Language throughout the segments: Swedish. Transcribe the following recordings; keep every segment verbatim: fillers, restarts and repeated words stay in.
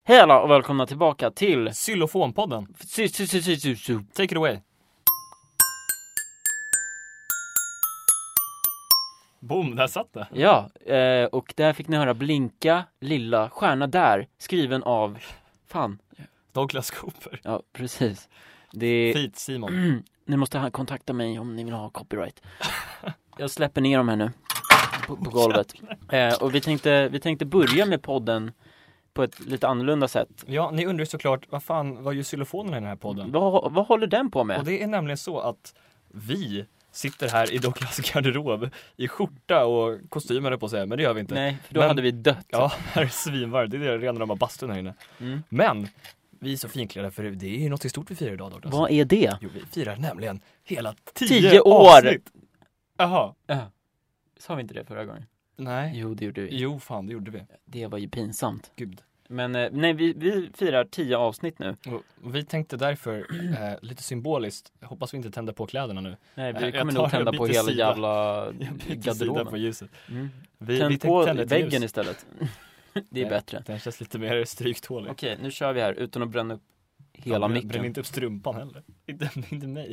Hej alla och välkomna tillbaka till Xylofonpodden. Sy- sy- sy- sy- sy- sy- Take it away. Boom, där satt det. Ja, eh, och där fick ni höra Blinka, lilla stjärna där, skriven av, fan. Douglas Cooper. Ja, precis. Det Fint, Simon. Ni måste ha- kontakta mig om ni vill ha copyright. Jag släpper ner dem här nu på, på golvet. Eh, och vi tänkte, vi tänkte börja med podden på ett lite annorlunda sätt. Ja, ni undrar såklart, vad fan var ju xylofonen i den här podden? Vad, vad håller den på med? Och det är nämligen så att vi sitter här i Douglas garderob i skjorta och kostymer på sig, men det gör vi inte. Nej, för då Men- hade vi dött. Ja, här är svinvarmt. Det är redan de har bastun här inne. Mm. Men vi är så finklädda för det är ju något stort vi firar idag, Douglas. Vad är det? Jo, vi firar nämligen hela tio, Tio år! avsnitt. Jaha. Ja. Sa vi inte det förra gången? Nej. Jo, det gjorde vi. Jo, fan, det gjorde vi. Det var ju pinsamt. Gud. Men eh, nej, vi, vi firar tio avsnitt nu. Och vi tänkte därför, eh, lite symboliskt, jag hoppas vi inte tänder på kläderna nu. Nej, vi Jag kommer tar- nog tända jag på byter hela sida. jävla Jag byter sida garderoben. på ljuset. Mm. Vi, Tänd vi på tänder ett väggen ljus. istället. Det är Nej, bättre. Den känns lite mer stryktålig. Okej, nu kör vi här utan att bränna upp hela Ja, bränn- micken. Bränn inte upp strumpan heller. Inte, inte mig.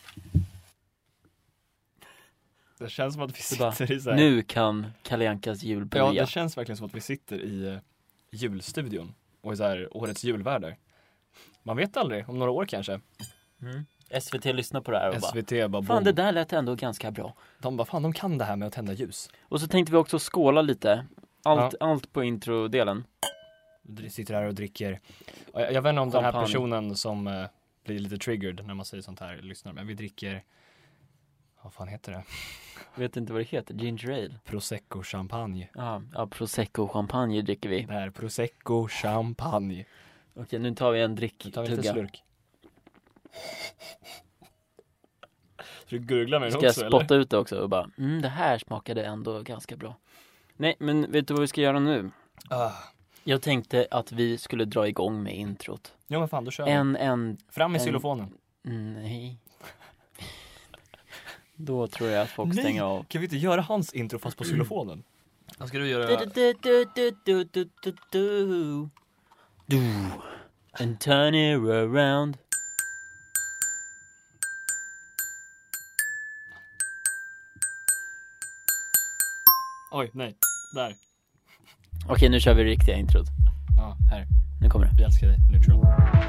Det känns som att vi Så bara, sitter i så här... Nu kan Kalle Ankas jul Ja, börja. det känns verkligen som att vi sitter i uh, julstudion. Och i så här årets julvärdar. Man vet aldrig, om några år kanske. Mm. S V T lyssnar på det här och S V T bara, bara, fan boom. det där lät ändå ganska bra. De bara, fan de kan det här med att tända ljus. Och så tänkte vi också skåla lite. Allt, allt på introdelen. Vi sitter här och dricker. Och Jag, jag vet inte om den här Champagne. personen som uh, blir lite triggered när man säger sånt här lyssnar. Men vi dricker, vad fan heter det? Vet inte vad det heter, ginger ale. Prosecco champagne. Ja, ja prosecco och champagne dricker vi. Det här, Prosecco champagne. Okej, nu tar vi en drick. Nu tar vi lite tugga. slurk. Ska du gurgla med den Ska jag också spotta eller? ut det också och bara, mm, det här smakade ändå ganska bra. Nej, men vet du vad vi ska göra nu? Ah. Jag tänkte att vi skulle dra igång med introt. Ja men fan, då kör vi. En, en, Fram med en- xylofonen. nej. Då tror jag att folk stänger av. Kan vi inte göra hans intro fast på xylofonen? Vad ska du göra? Du, du, du, du, du, du, du, du. Du. And turn it around. Oj, nej. Där. Okej, nu kör vi riktiga introt. Ja, här. Nu kommer det. Vi älskar dig. Neutral.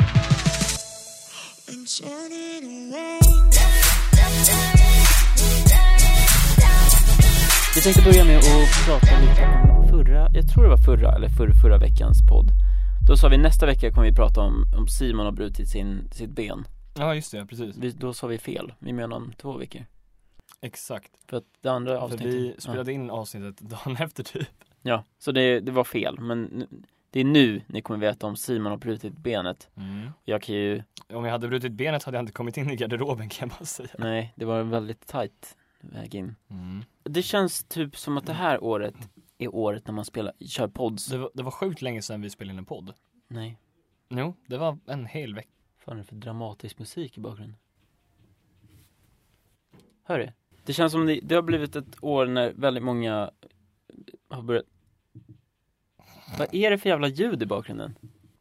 Vi tänkte börja med att prata lite om förra, jag tror det var förra eller förra, förra veckans podd. Då sa vi nästa vecka kommer vi prata om, om Simon har brutit sin, sitt ben. Ja, just det. Precis. Vi, då sa vi fel, vi menar om två veckor. Exakt. För att det andra För avsnittet, vi spelade in avsnittet dagen efter typ. ja, så det, det var fel. Men nu- det är nu ni kommer veta om Simon har brutit benet. Mm. Jag kan ju, Om jag hade brutit benet hade jag inte kommit in i garderoben, kan jag bara säga. nej, det var en väldigt tight väg in. Mm. Det känns typ som att det här året är året när man spelar, kör pods. Det, var, det var sjukt länge sedan vi spelade in en podd. Nej, Jo, det var en hel vecka. vad fan är det för dramatisk musik i bakgrunden? Hör du? Det känns som det, det har blivit ett år när väldigt många har börjat. Vad är det för jävla ljud i bakgrunden?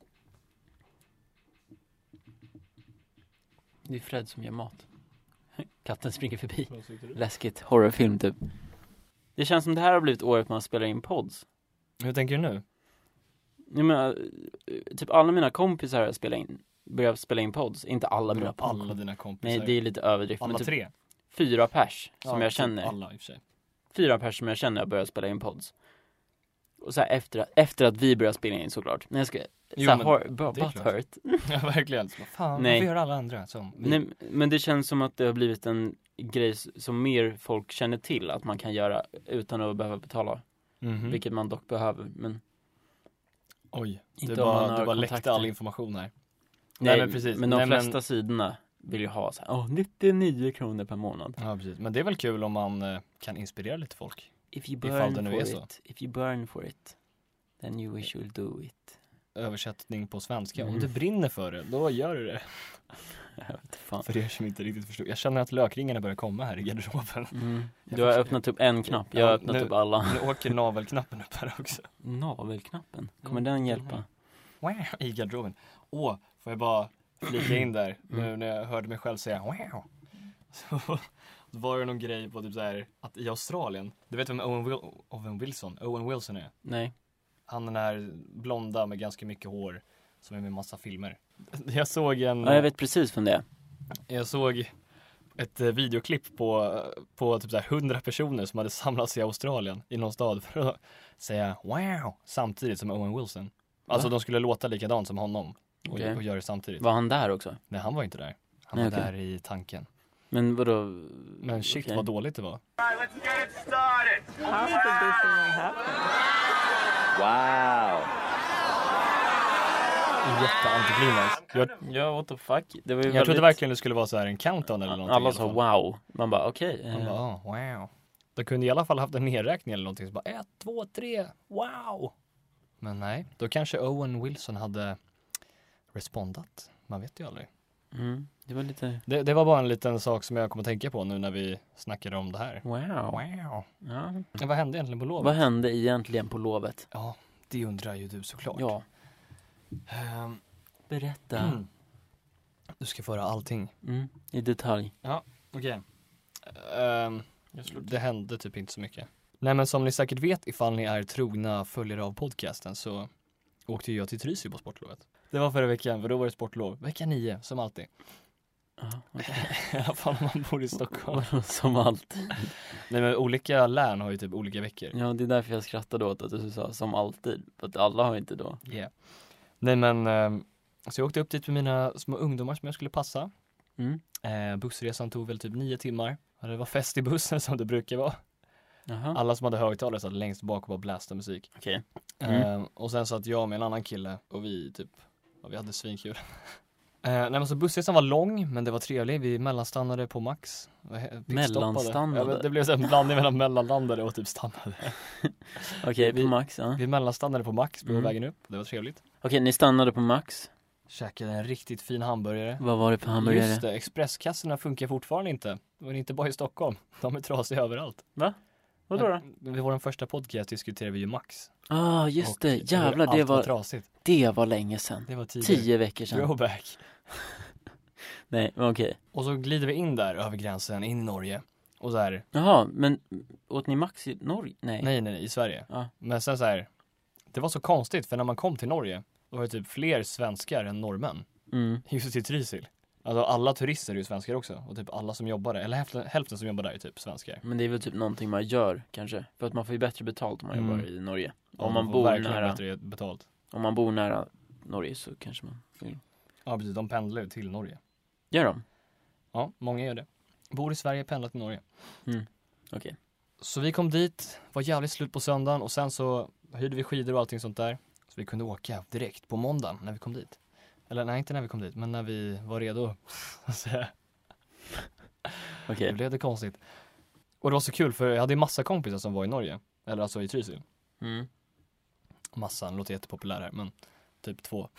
Det är Fred som gör mat. Katten springer förbi. Läskigt, horrorfilm typ. Det känns som det här har blivit året man spelar in pods. Hur tänker du nu? Jag menar, typ alla mina kompisar spelar in, börjar spela in pods. Inte alla mina alla pods. dina kompisar. Nej, det är lite överdrift. alla Men typ tre. fyra pers som Ja, jag typ känner. Alla i och för sig. Fyra pers som jag känner har börjat spela in pods. Och så här efter, efter att vi började spela in såklart. Nej, jag ska, Jo, så här, men har, det butt är klart. hurt. Ja, verkligen. Så, fan, Nej. varför gör alla andra som vi? Nej, men det känns som att det har blivit en grej som mer folk känner till att man kan göra utan att behöva betala. Mhm. Vilket man dock behöver, men Oj, inte du om man bara, har du bara läckte kontakter. all information här. Nej, Nej, men precis. men de Nej, men- flesta sidorna vill ju ha så här, åh, nittionio kronor per månad. Ja, precis. Men det är väl kul om man eh, kan inspirera lite folk. If you Ifall burn det nu for är så. it, if you burn for it, then you wish you'll do it. Översättning på svenska. Mm. Om du brinner för det, då gör du det. Jag vet fan. För er som inte riktigt förstår. Jag känner att lökringarna börjar komma här i garderoben. Mm. Jag Du har försöker- öppnat upp en knapp, jag har Ja, öppnat nu- upp alla. Nu åker navelknappen upp här också. Navelknappen, kommer Mm. den hjälpa? wow i garderoben. Åh, får jag bara flika in där nu när jag hörde mig själv säga wow. Så var det någon grej på typ så här att i Australien, du vet vem Owen, Wil- Owen Wilson, Owen Wilson är? Nej. Han är den här blonda med ganska mycket hår som är med massa filmer. Jag såg en... Ja, jag vet precis vem det är. Jag såg ett videoklipp på, på typ så här hundra personer som hade samlats i Australien i någon stad för att säga wow samtidigt som Owen Wilson. Alltså Va? de skulle låta likadant som honom och, Okej. och göra det samtidigt. Var han där också? Nej, han var inte där. Han Nej, var okej. där i tanken. Men vadå? Men shit Okej. vad dåligt det var. Let's get it started. How did this even happen? Wow. Jätteantiklimax. Jag, Ja, what the fuck? Det var ju jag väldigt... trodde verkligen det skulle vara så här en countdown eller någonting. Alla i sa alla fall. wow. Man bara okej. Man eh, bara, oh, wow. De kunde i alla fall haft en nedräkning eller någonting. Så bara, ett, två, tre, wow. Men nej, då kanske Owen Wilson hade respondat. Man vet ju aldrig. mm, det var lite Det, det var bara en liten sak som jag kom att tänka på nu när vi snackade om det här. wow. Wow. Ja. Men vad hände egentligen på lovet? Vad hände egentligen på lovet? Ja, det undrar ju du såklart. Ja, Ehm, berätta. mm. Du ska få höra allting. Mm, i detalj. Okej. Ehm, det hände typ inte så mycket. Nej, men som ni säkert vet ifall ni är trogna följare av podcasten så åkte jag till Trysil på sportlovet. Det var förra veckan, för då var det sportlov. Vecka nio, som alltid. Ja, okej. I alla fall om man bor i Stockholm. Som alltid. Nej, men olika län har ju typ olika veckor. Ja, det är därför jag skrattade åt att du sa som alltid. För att alla har inte då. Yeah. Nej, men ehm, så jag åkte upp dit med mina små ungdomar som jag skulle passa. Mm. Eh, bussresan tog väl typ nio timmar. Och det var fest i bussen som det brukar vara. Jaha, Alla som hade högtalare satt längst bak och bara blästa musik. okej. Mm. Eh, och sen satt jag med en annan kille och vi typ, ja, vi hade svinkul. eh, nej, men så bussresan var lång, men det var trevligt. Vi mellanstannade på Max. Pitstoppade. Mellanstannade? Ja, men det blev så en blandning mellan mellanlandade och typ stannade. Okej, vi- på Max, ja. Vi mellanstannade på Max på Mm. vägen upp. Det var trevligt. Okej, ni stannade på Max. Käkade en riktigt fin hamburgare. Vad var det för hamburgare? Just det, expresskassorna funkar fortfarande inte. Det var inte bara i Stockholm. De är trasiga överallt. Vadå då? Men vid vår första podcast diskuterade vi ju Max. Ah, just Och det. Jävlar, allt det var, trasigt. det var länge sedan. Det var tidigare. Tio veckor sedan. Throwback. Nej, men okej. Och så glider vi in där över gränsen in i Norge. Och så här, Jaha, men åt ni Max i Norge? Nej. nej nej nej, i Sverige. Ja. Men sen så här, det var så konstigt för när man kom till Norge, då var det typ fler svenskar än norrmän. Mm. Just i Trysil. Alltså alla turister är ju svenskar också. Och typ alla som jobbar där, eller hälften, hälften som jobbar där är typ svenskar. Men det är väl typ någonting man gör kanske. För att man får ju bättre betalt om man Mm. jobbar i Norge. Ja, Om man får bor verkligen nära, bättre betalt. om man bor nära Norge så kanske man vill. Ja precis, de pendlar ju till Norge. Gör de? Ja, många gör det. Bor i Sverige, pendlar till Norge. Mm. Okej. Så vi kom dit, var jävligt slut på söndagen och sen så hyrde vi skidor och allting sånt där. Så vi kunde åka direkt på måndagen när vi kom dit. Eller nej, inte när vi kom dit, men när vi var redo. Så Okej. det blev det konstigt. Och det var så kul för jag hade ju massa kompisar som var i Norge. Eller alltså i Trysil. Mm. Massan låter jättepopulär här, men typ två.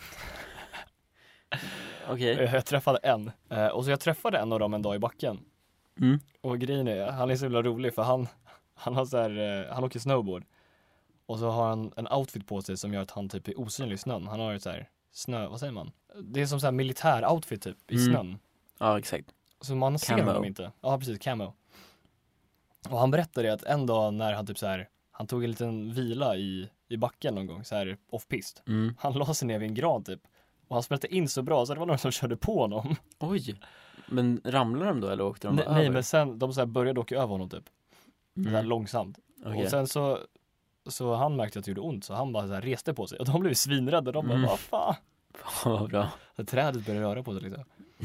Okej. Jag träffade en. Eh, Och så jag träffade en av dem en dag i backen. Mm. Och grejen är, han är så jävla rolig för han, han har så här, eh, han åker snowboard. Och så har han en outfit på sig som gör att han typ är osynlig i snön. Han har ju så här snö, vad säger man? Det är som så här militär outfit typ i Mm. snön. Ja, exakt. Så man ser Camo. honom inte. Ja, precis, camo. Och han berättade att en dag när han typ så här, han tog en liten vila i, i backen någon gång, så här off-pist. Mm. Han la sig ner vid en gran typ. Och han smälte in så bra så det var någon som körde på honom. Oj. Men ramlade de då eller åkte de Nej, bara nej över? men sen, de så här började åka över honom typ. Så här Mm. långsamt. Okej. Och sen så, så han märkte att det gjorde ont så han bara så här reste på sig. Och de blev svinrädda. De bara, Mm. vad fan? Fan vad bra. Så trädet började röra på sig liksom.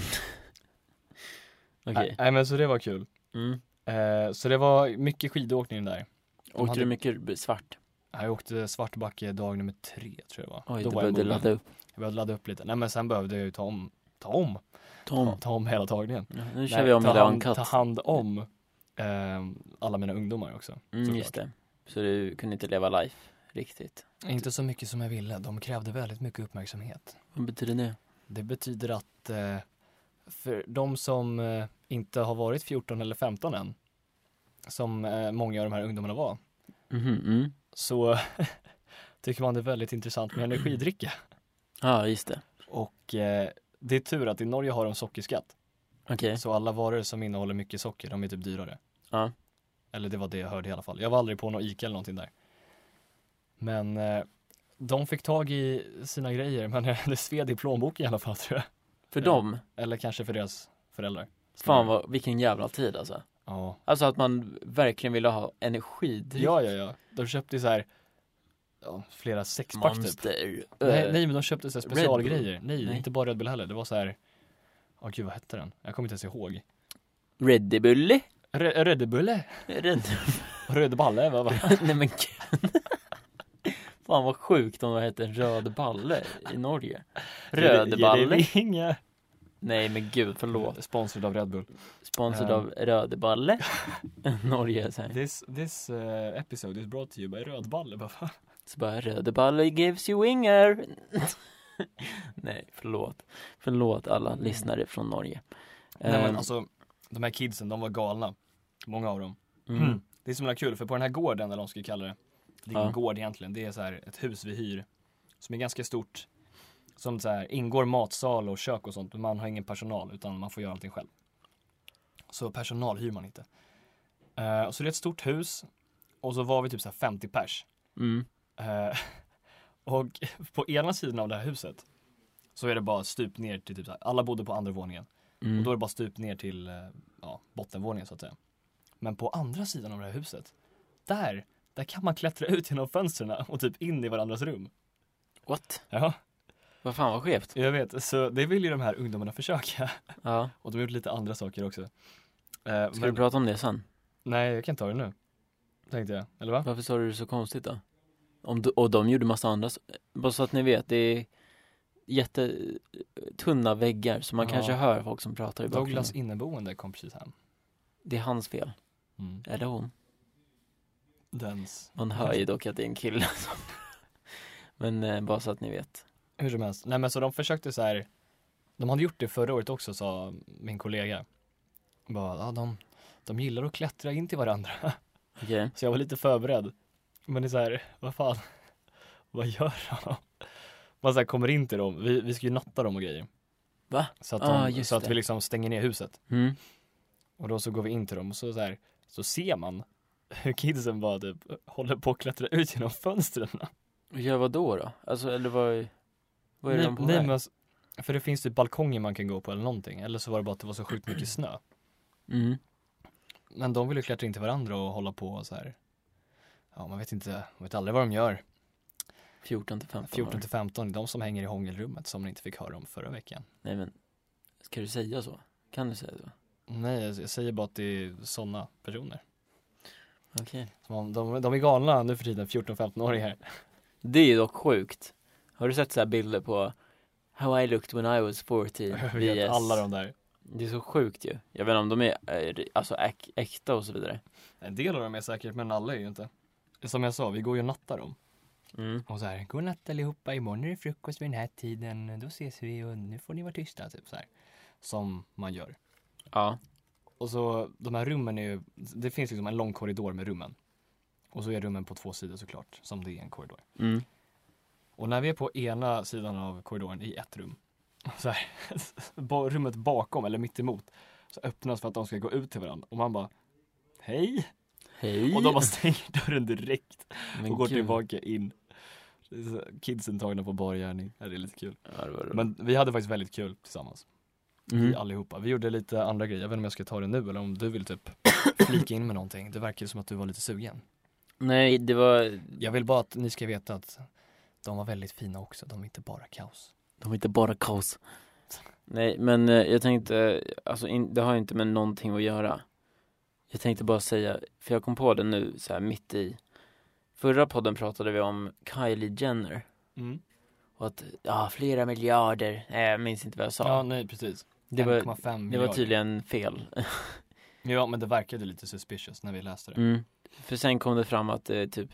Okej. Nej, nej men så det var kul. Mm. Eh, så det var mycket skidåkning där. De Åkte hade- du mycket svart? Jag åkte Svartbacke dag nummer tre tror jag det var. Oj, Då du var jag behövde mogen. ladda upp. Jag behövde ladda upp lite. Nej men sen behövde jag ju ta om, ta om, Tom. ta, ta om hela tagningen. Ja, nu kör Nej, vi om ta hela hand, Uncut. ta hand om eh, alla mina ungdomar också. Mm, såklart. just det. Så du kunde inte leva life riktigt. Inte så mycket som jag ville. De krävde väldigt mycket uppmärksamhet. Vad betyder det? Det betyder att eh, för de som eh, inte har varit fjorton eller femton än, som eh, många av de här ungdomarna var, Mhm, mm. så tycker man det är väldigt intressant med energidricka. Ja, just det. Och eh, det är tur att i Norge har de sockerskatt. Okej. Okay. Så alla varor som innehåller mycket socker, de är typ dyrare. Ja. Eller det var det jag hörde i alla fall. Jag var aldrig på någon Ica eller någonting där. Men eh, de fick tag i sina grejer, men det sved i plånboken i alla fall, tror jag. För dem? Eller kanske för deras föräldrar. Fan, vad, vilken jävla tid alltså. Ja. Alltså att man verkligen ville ha energidryck. Ja, ja, ja. De köpte så här ja, flera sexpack typ. Monster. Nej, nej, men de köpte så här specialgrejer. Red Nej, nej, inte bara Red Bull heller. Det var så här, åh gud, vad hette den? Jag kommer inte ens ihåg. Red Bull? Re- Red Bull? Red Röd balle, va? Nej men gud. Fan vad sjukt om det hette röd balle i Norge. Röd balle? Inga. Nej men gud, förlåt. Sponsrad av Red Bull. Sponsrad um, av röd balle. Norge så här. This, this uh, episode is brought to you by Röd balle, bara. Så bara, röd balle gives you winger. Nej, förlåt. Förlåt alla mm. lyssnare från Norge. Nej men um, alltså, de här kidsen, de var galna. Många av dem. Mm. Mm. Det är så himla kul, för på den här gården, eller de ska kalla det. Det är ingen ja. gård egentligen, det är så här ett hus vi hyr. Som är ganska stort. Som så här, ingår matsal och kök och sånt, men man har ingen personal, utan man får göra allting själv. Så personal hyr man inte. Uh, så det är ett stort hus. Och så var vi typ så här femtio pers. Mm. Uh, och på ena sidan av det här huset så är det bara stup ner till typ så här, alla bodde på andra våningen. Mm. Och då är det bara stup ner till uh, ja, bottenvåningen så att säga. Men på andra sidan av det här huset, där, där kan man klättra ut genom fönstren och typ in i varandras rum. What? Ja. Vad fan var skevt? Jag vet, så det vill ju de här ungdomarna försöka. Ja. Och de har gjort lite andra saker också. Uh, Ska men, du prata om det sen? Nej, jag kan ta det nu. Tänkte jag, eller va? Varför sa du det så konstigt då? Om du, och de gjorde massa andra. Bara så att ni vet, det är jättetunna väggar. Så man ja. kanske hör folk som pratar i bakgrunden. Douglas inneboende kom precis hem. Det är hans fel. Mm. Eller hon. Dens. Man hör ju dock att det är en kille. Men eh, bara så att ni vet. Hur som helst. Nej men så de försökte så här. De hade gjort det förra året också, sa min kollega. Bara, ja, de, de gillar att klättra in till varandra. Okay. Så jag var lite förberedd. Men det är så här, vad fan? Vad gör de? Man så här kommer in till dem. Vi, vi ska ju natta dem och grejer. Va? Så att, de, Ah, så att vi liksom stänger ner huset. Mm. Och då så går vi in till dem och så, så, här, så ser man hur kidsen bara typ håller på att klättra ut genom fönstren. Och gör vad då då? Alltså, eller vad, vad är nej, de på nej, väg? men, för det finns typ balkonger man kan gå på eller någonting. Eller så var det bara att det var så sjukt mycket snö. Mm. Men de vill ju klättra in till varandra och hålla på så här. Ja, man vet inte, man vet aldrig vad de gör. fjorton till femton fjorton till femton, de som hänger i hångelrummet som ni inte fick höra om förra veckan. Nej men, ska du säga så? Kan du säga så? Nej, jag, jag säger bara att det är sådana personer. Okej. Okay. De, de är galna nu för tiden, fjorton femton-åringar. Det är ju dock sjukt. Har du sett så här bilder på how I looked when I was fourteen? Jag vet alla de där. Det är så sjukt ju. Jag vet inte om de är äh, alltså äk, äkta och så vidare. En del av dem är säkert, men alla är ju inte. Som jag sa, vi går ju och nattar dem. Mm. Och så här, god natt allihopa, imorgon är det frukost vid den här tiden. Då ses vi och nu får ni vara tysta, typ så här. Som man gör. Ja. Och så, de här rummen är ju, det finns liksom en lång korridor med rummen. Och så är rummen på två sidor såklart, som det är en korridor. Mm. Och när vi är på ena sidan av korridoren i ett rum, så här, rummet bakom eller mitt emot, så öppnas för att de ska gå ut till varandra. Och man bara, hej! Hej! Och de bara stänger dörren direkt Men och går gud. tillbaka in. Kidsen tagna på bargärning. Ja, det är lite kul. Ja, det var det. Men vi hade faktiskt väldigt kul tillsammans. Mm. Vi allihopa. Vi gjorde lite andra grejer. Jag vet inte om jag ska ta det nu eller om du vill typ flika in med någonting. Det verkar som att du var lite sugen. Nej, det var... Jag vill bara att ni ska veta att de var väldigt fina också. De är inte bara kaos. De är inte bara kaos. Nej, men eh, jag tänkte, alltså in, det har ju inte med någonting att göra. Jag tänkte bara säga, för jag kom på det nu så här mitt i. Förra podden pratade vi om Kylie Jenner. Mm. Och att, ja, flera miljarder. Nej, jag minns inte vad jag sa. Ja, nej, precis. det var, en komma fem det var tydligen fel. Ja, men det verkade lite suspicious när vi läste det. Mm. För sen kom det fram att det typ...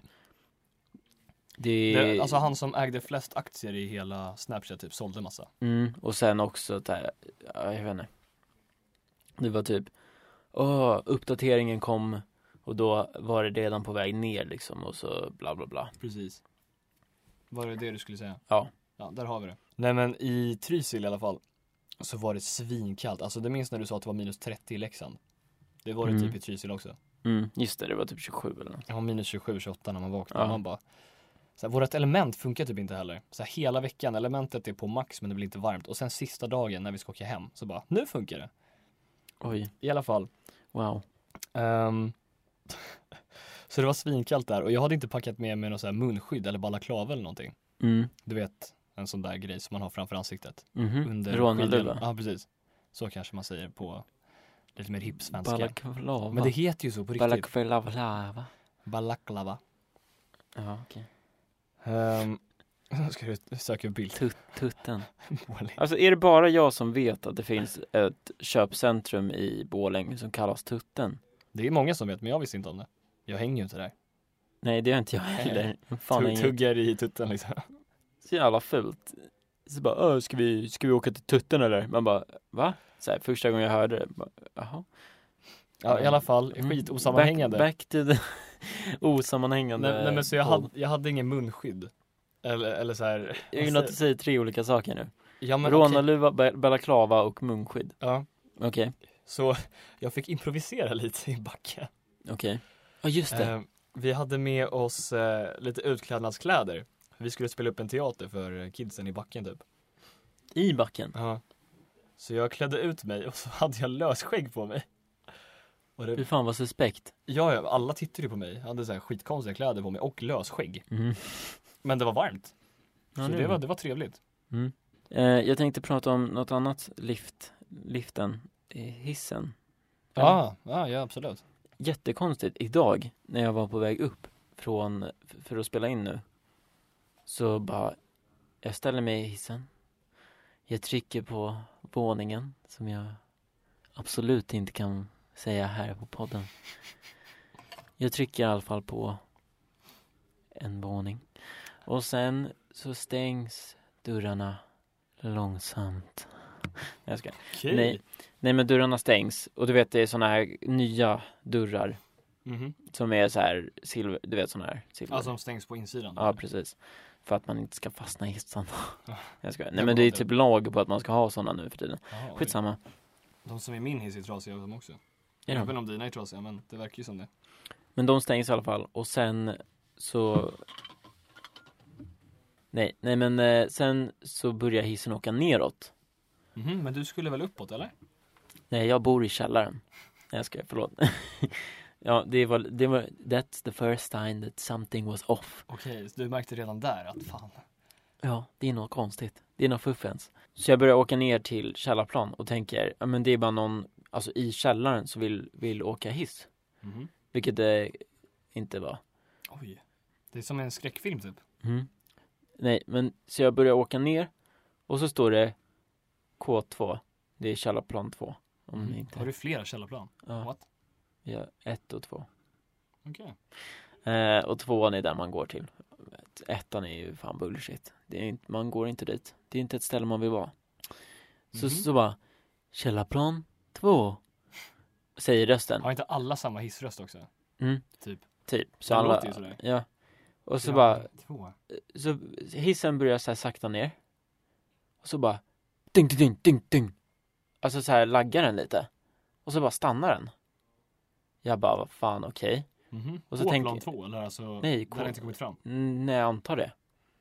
Det... det alltså han som ägde flest aktier i hela Snapchat typ sålde massa. Mm, och sen också där, ja, jag vet inte. Det var typ, åh, uppdateringen kom och då var det redan på väg ner liksom och så bla bla bla. Precis. Var det det du skulle säga? Ja. Ja, där har vi det. Nej men i Trysil i alla fall så var det svinkallt. Alltså det minns när du sa att det var minus trettio i Leksand. Det var det Mm. typ i Trysil också. Mm, just det, det var typ tjugosju eller något. Jag var minus tjugosju tjugoåtta när man vaknade. Ja. Man bara, så här, vårat element funkar typ inte heller. Så här, hela veckan, elementet är på max men det blir inte varmt. Och sen sista dagen när vi ska åka hem så bara, nu funkar det. Oj, I alla fall. wow. Um, så det var svinkallt där. Och jag hade inte packat med mig någon så här munskydd eller balaklava eller någonting. Mm. Du vet, en sån där grej som man har framför ansiktet. Mhm. Under Rånarluva. skidhjälm. Ja, precis. Så kanske man säger på lite mer hipp svenska. Balaklava. Men det heter ju så på riktigt. Balaklava. Balaklava. Ja, okej. Um, ska du söka upp bild? Tut, tutten. Borlänge. Alltså är det bara jag som vet att det finns ett köpcentrum i Borlänge som kallas Tutten? Det är många som vet, men jag visste inte om det. Jag hänger ju inte där. Nej, det är inte jag heller. Fan, Tugg- inget. Tuggar i tutten liksom. Så jävla fult. Så bara, Öh, ska vi, ska vi åka till Tutten eller? Man bara, va? Så här, första gången jag hörde det, bara, jaha. Ja, i alla fall, Mm. skit osammanhängande. Back, back to the osammanhängande. nej, nej men så jag podd. hade, jag hade ingen munskydd. Eller, eller så här. Jag vill att du säger tre olika saker nu. Ja, men okej. Rånarluva, ba- balaklava och munskydd. Ja, Okej, så jag fick improvisera lite i backen. okej. Ja, just det. Eh, vi hade med oss eh, lite utklädnadskläder. Vi skulle spela upp en teater för kidsen i backen typ. I backen. Ja. Så jag klädde ut mig och så hade jag lösskägg på mig. Och Fy det, fan vad suspekt. ja, ja, alla tittade ju på mig. Jag hade så här skitkonstiga kläder på mig och lösskägg. Mm. Men det var varmt. Ja, så nu. det var, det var trevligt. Mm. Eh, jag tänkte prata om något annat lift. Liften. Eh, hissen. Ja, ja, ja, absolut. Jättekonstigt. Idag när jag var på väg upp från, f- för att spela in nu. Så bara, jag ställer mig i hissen. Jag trycker på våningen som jag absolut inte kan säga här på podden. Jag trycker i alla fall på en våning. Och sen så stängs dörrarna långsamt. Jag ska. Okej. Nej, nej men dörrarna stängs. Och du vet det är såna här nya dörrar Mhm. som är så här silver, du vet såna här silver. Alltså de stängs på insidan. Ja, precis. För att man inte ska fastna i hissen. Ja. Jag ska. Nej Jag men det är bara- typ lag på att man ska ha såna nu för tiden. Jaha, oj. Skitsamma. De som är min hiss är trasiga de också. Är Jag vet de? inte om dina är trasiga, men det verkar ju som det. Men de stängs i alla fall. Och sen så... Nej, nej men eh, sen så börjar hissen åka neråt. Mhm, men du skulle väl uppåt, eller? Nej, jag bor i källaren. Nej, jag ska, förlåt. Ja, det var, det var, that's the first time that something was off. Okej, så du märkte redan där att fan. Ja, det är något konstigt. Det är något fuffens. Så jag börjar åka ner till källarplan och tänker, ja men det är bara någon, alltså i källaren som vill, vill åka hiss. Mhm. Vilket det inte var. Oj. Det är som en skräckfilm typ. Mm. Nej, men så jag börjar åka ner och så står det K två. Det är källarplan två. Om Mm. ni inte... Har du flera källarplan? Ja, What? ja, ett och två. Okej. Eh, och tvåan är där man går till. Ettan är ju fan bullshit. Det är inte, man går inte dit. Det är inte ett ställe man vill vara. Så, Mhm. så bara, källarplan två. Säger rösten. Har inte alla samma hissröst också? Mm, Typ. typ. Så Den alla, låter ju sådär. ja. Och så Ja, bara, Två. så hissen börjar så här sakta ner. Och så bara, ding, ding, ding, ding, ding. Alltså så här laggar den lite. Och så bara stannar den. Jag bara, vad fan, okej. Mhm. Och så K tänker- plan två, eller alltså? Nej, Där har inte kommit fram. Mm, nej, jag antar det.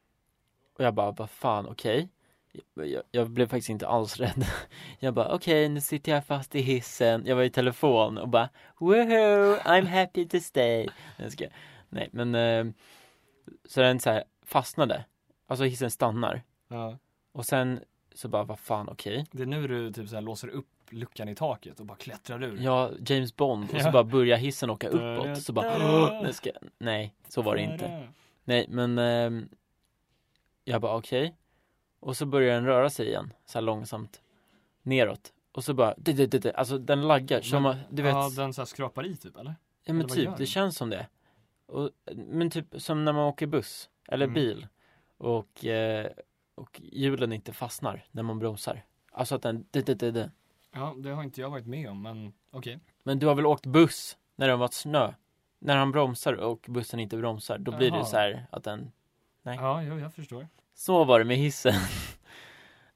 Och jag bara, vad fan, okej. Jag, jag, jag blev faktiskt inte alls rädd. Jag bara, okej, nu sitter jag fast i hissen. Jag var i telefon och bara, woohoo, I'm happy to stay. Jag ska, nej, men eh, så den så här fastnade. Alltså hissen stannar. Ja. Och sen så bara, vad fan, okej. Det är nu du typ så här låser upp luckan i taket och bara klättrar ur. Ja, James Bond. Och så Ja. bara börjar hissen åka uppåt. Så bara, åh, nu ska, nej, så var det inte. Nej, men ehm, jag bara okej. Och så börjar den röra sig igen, så här långsamt neråt. Och så bara, det, det, det, det. Alltså den laggar, som Men- man- du vet. Ja, den så här skrapar i typ, eller? Ja men eller vad typ, gör det den? känns som det. Och, men typ som när man åker buss eller Mm. bil och, eh, och hjulen inte fastnar när man bromsar. Alltså att den, det, det, det, det. Ja, det har inte jag varit med om, men okej. Men du har väl åkt buss när det har varit snö? När han bromsar och bussen inte bromsar, då blir det Jaha. så här att den... Nej. Ja, jo, jag förstår. Så var det med hissen.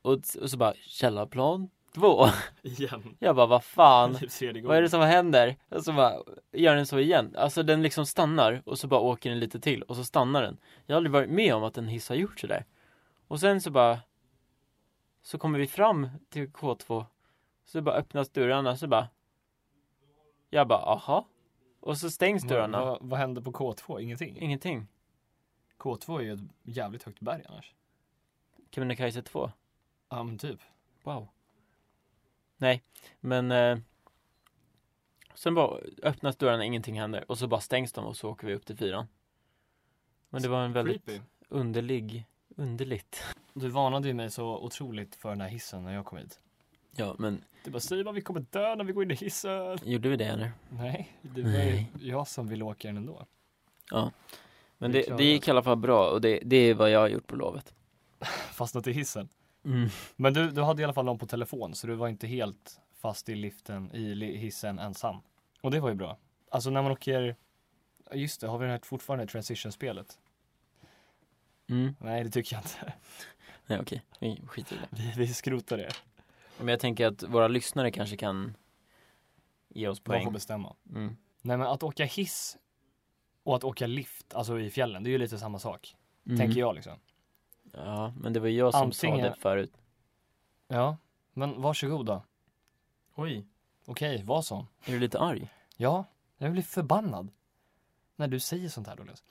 Och, och så bara, källarplan två. Igen. Jag bara, vad fan? Typ tredje gången. Vad är det som händer? Och så bara, gör den så igen. Alltså den liksom stannar och så bara åker den lite till. Och så stannar den. Jag har aldrig varit med om att en hiss har gjort så där. Och sen så bara, så kommer vi fram till K två. Så bara öppnas dörrarna. Så bara, jag bara, aha. Och så stängs dörrarna. Vad, vad, vad hände på K två? Ingenting. Ingenting. K två är ju ett jävligt högt berg annars. Kebnekaise två. Ja, men typ. Wow. Nej, men eh, sen bara öppnas dörrarna, ingenting händer. Och så bara stängs de och så åker vi upp till fyran. Men det var en väldigt Creepy. underlig, underligt. Du varnade ju mig så otroligt för den här hissen när jag kom hit. Ja, men Du bara, säg vad vi kommer dö när vi går in i hissen. gjorde vi det eller? Nej, det var Nej. ju jag som ville åka den ändå. Ja. Men Vi det, klarar det gick i alla fall bra och det, det är vad jag har gjort på lovet. Fastnat i hissen. Mm. Men du, du hade i alla fall någon på telefon, så du var inte helt fast i liften, i li- hissen ensam. Och det var ju bra. Alltså när man åker, just det, har vi det här fortfarande transition-spelet? Mm. Nej, det tycker jag inte. Nej, okej. Vi skiter i det. Vi, vi skrotar det. Men jag tänker att våra lyssnare kanske kan ge oss De får poäng. bestämma. Mm. Nej, men att åka hiss och att åka lift, alltså i fjällen, det är ju lite samma sak. Mm. Tänker jag liksom. Ja, men det var jag som Antingen- sa det förut. Ja, men varsågod då. Oj. Okej, vad så? Är du lite arg? Ja, jag blir förbannad när du säger sånt här, Douglas.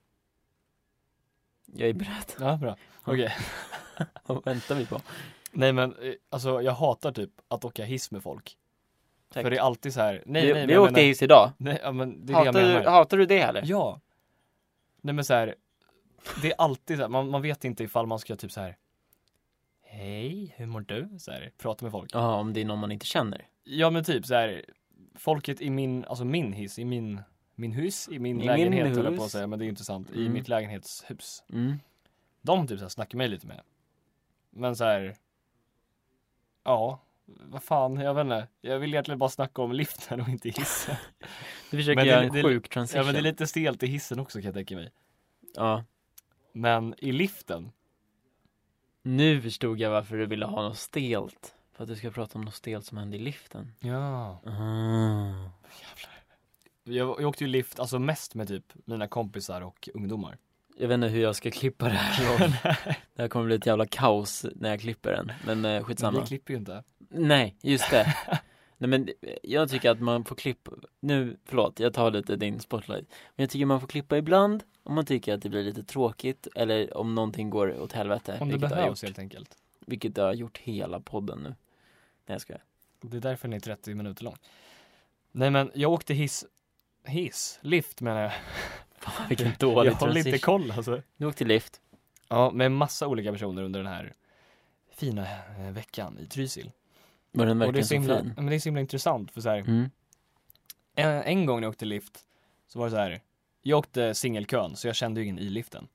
Jag är beredd. Ja, bra. Okej. Vad väntar vi på? Nej, men eh, alltså jag hatar typ att åka hiss med folk. Tack. För det är alltid så här. Nej, vi nej, vi men- åkte men- hiss idag. Nej, ja, men det är Hatar det jag du, menar. hatar du det eller? Ja. Nej, men så här. Det är alltid så här, man, man vet inte ifall man ska typ så här. Hej, hur mår du? Så här, prata med folk. Ja, om det är någon man inte känner. Ja, men typ så här. Folket i min, alltså min hiss, i min, min hus, i min I lägenhet min höll jag hus. på att säga, men det är ju inte sant. I Mm. mitt lägenhetshus. Mm. De typ så här snackar mig lite med. Men så här. Ja, vad fan, jag vet inte. Jag vill egentligen bara snacka om liften och inte hissen. Du försöker Men det- göra en det- sjuk transition. Ja, men det är lite stelt i hissen också, kan jag tänka mig. Ja. Men i liften, Nu förstod jag varför du ville ha något stelt. För att du ska prata om något stelt som hände i liften. ja. Ah. Jag, jag åkte ju lift, alltså mest med typ mina kompisar och ungdomar. Jag vet inte hur jag ska klippa det här. Det här kommer bli ett jävla kaos när jag klipper den. Men eh, Men skitsamma. vi klipper ju inte. Nej, just det. Nej, men jag tycker att man får klippa. Nu, förlåt, jag tar lite din spotlight. Men jag tycker man får klippa ibland. Om man tycker att det blir lite tråkigt. Eller om någonting går åt helvete. Om det vilket, det har behövs gjort, helt enkelt. vilket det har gjort hela podden nu. Nej, jag ska. Det är därför den är trettio minuter lång. Nej, men jag åkte hiss, hiss, lift menar jag. Vilken dålig Jag håller inte transition. koll alltså. Du åkte lift. Ja, med massa olika personer under den här fina eh, veckan i Trysil. Var den Och det är verkligen så så himla, fin? men det är så himla intressant för så här. Mm. En, en gång när jag åkte lift så var det så här. Jag åkte singelkön så jag kände ju ingen i liften.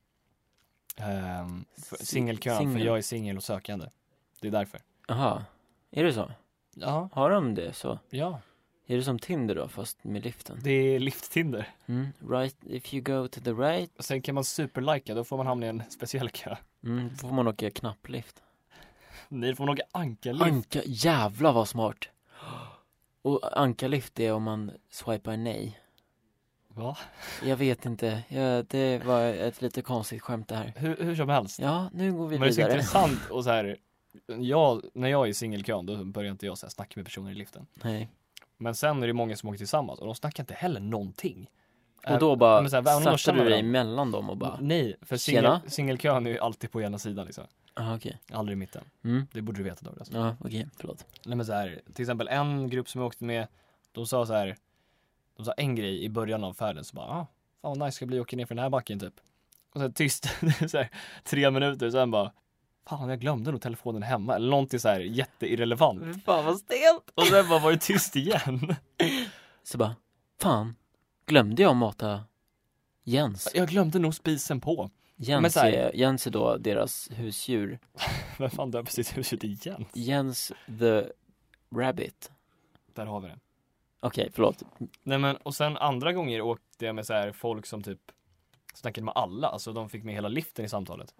Um, singelkön Singel. för jag är singel och sökande. Det är därför. Jaha, är det så? Ja, Har de det så? ja. Är det som Tinder då, fast med liften? Det är lift-Tinder. Mm. Right, if you go to the right. Och sen kan man superlika, då får man hamna i en speciell kö. Mm, då får man åka knapplift. Nej, då får man åka ankarlift. Anka, jävla vad smart. Och ankarlift är om man swipar nej. Va? Jag vet inte, ja, det var ett lite konstigt skämt det här. Hur, hur som helst. Ja, nu går vi Men det är så vidare. intressant och så här. Jag, när jag är i singelkön då börjar inte jag så här snacka med personer i liften. Nej. Men sen är det många som åker tillsammans och de snackar inte heller någonting. Och då bara men så här, även om de satte känner du dig varandra. mellan dem och bara, Nej, för Tjena. singel, singelkön är ju alltid på ena sidan liksom. aha, okej. Aldrig i mitten. Mm. Det borde du veta då. Alltså. Ja, okej, förlåt. Nej, men så här, till exempel en grupp som jag åkte med, de sa så här, de sa en grej i början av färden så bara, ah, fan vad nice ska bli att åka ner för den här backen typ. Och sen tyst, så här, tre minuter, sen bara, fan jag glömde nog telefonen hemma, eller någonting så här jätteirrelevant. Fan vad stelt. Och sen bara var det tyst igen. Så bara, fan, glömde jag mata Jens? Jag glömde nog spisen på. Men Jens så här- är, Jens är då deras husdjur. Vem fan döper sitt huset igen? Jens the Rabbit. Där har vi det. Okej, förlåt. Nej men, och sen andra gånger åkte jag med så här folk som typ snackade med alla, alltså de fick med hela liften i samtalet.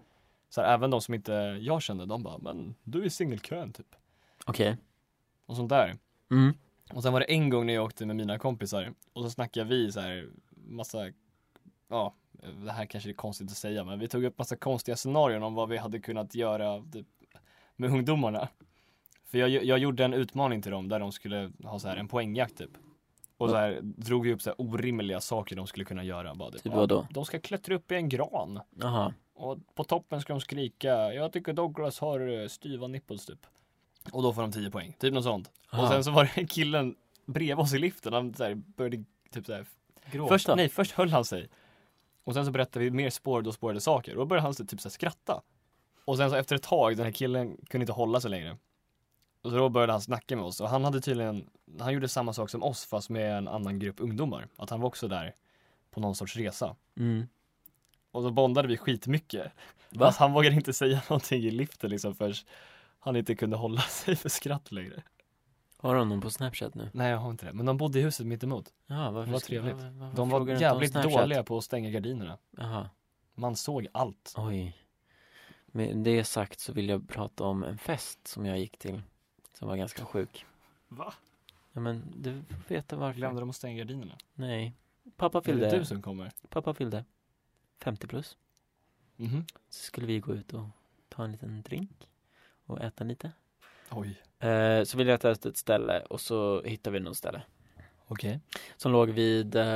Så här, även de som inte jag kände, de bara, men du är singelkön typ. Okej. Okay. Och sånt där. Mm. Och sen var det en gång när jag åkte med mina kompisar. Och så snackade vi så här massa, ja, det här kanske är konstigt att säga, men vi tog upp massa konstiga scenarion om vad vi hade kunnat göra typ, med ungdomarna. För jag, jag gjorde en utmaning till dem där de skulle ha så här en poängjakt typ. Och så här drog vi upp så här orimliga saker de skulle kunna göra. Bara, typ, typ vad då? De ska klättra upp i en gran. Aha. Och på toppen ska de skrika, jag tycker Douglas har styva nipples typ. Och då får de tio poäng, typ något sånt. Aha. Och sen så var det en killen bredvid oss i liften, han så här började typ så här gråta. Först, nej, först höll han sig. Och sen så berättade vi mer spår då spårade saker. Och då började han så typ så här skratta. Och sen så efter ett tag, den här killen kunde inte hålla sig längre. Och så då började han snacka med oss. Och han hade tydligen, han gjorde samma sak som oss fast med en annan grupp ungdomar. Att han var också där på någon sorts resa. Mm. Och då bondade vi skitmycket. Va? Fast han vågade inte säga någonting i liften liksom först han inte kunde hålla sig för skratt längre. Har de någon på Snapchat nu? Nej, jag har inte det. Men de bodde i huset mitt emot. Ja, varför? Det var trevligt. Var, var, var, de var jävligt dåliga på att stänga gardinerna. Aha. Man såg allt. Oj. Med det sagt så vill jag prata om en fest som jag gick till. Som var ganska sjuk. Va? Ja, men du får veta varför. Glömde de att stänga gardinerna? Nej. Pappa fyllde. Är det du som kommer? Pappa fyllde. femtio plus. Mhm. Så skulle vi gå ut och ta en liten drink. Och äta lite. Oj. Eh, så vi letade efter ett ställe. Och så hittade vi något ställe. Okej. Okay. Som låg vid uh,